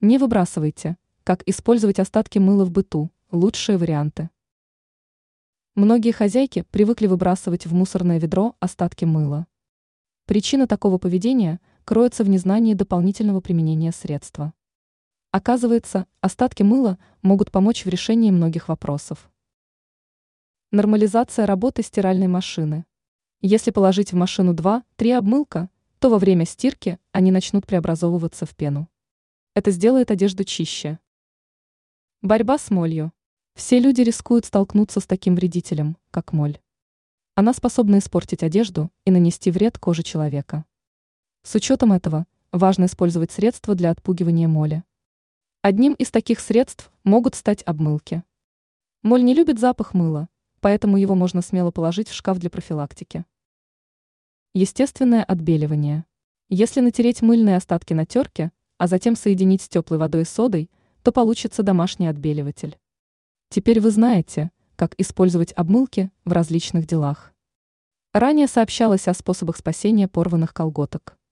Не выбрасывайте. Как использовать остатки мыла в быту? Лучшие варианты. Многие хозяйки привыкли выбрасывать в мусорное ведро остатки мыла. Причина такого поведения кроется в незнании дополнительного применения средства. Оказывается, остатки мыла могут помочь в решении многих вопросов. Нормализация работы стиральной машины. Если положить в машину 2-3 обмылка, то во время стирки они начнут преобразовываться в пену. Это сделает одежду чище. Борьба с молью. Все люди рискуют столкнуться с таким вредителем, как моль. Она способна испортить одежду и нанести вред коже человека. С учетом этого, важно использовать средства для отпугивания моли. Одним из таких средств могут стать обмылки. Моль не любит запах мыла, поэтому его можно смело положить в шкаф для профилактики. Естественное отбеливание. Если натереть мыльные остатки на терке, а затем соединить с теплой водой и содой, то получится домашний отбеливатель. Теперь вы знаете, как использовать обмылки в различных делах. Ранее сообщалось о способах спасения порванных колготок.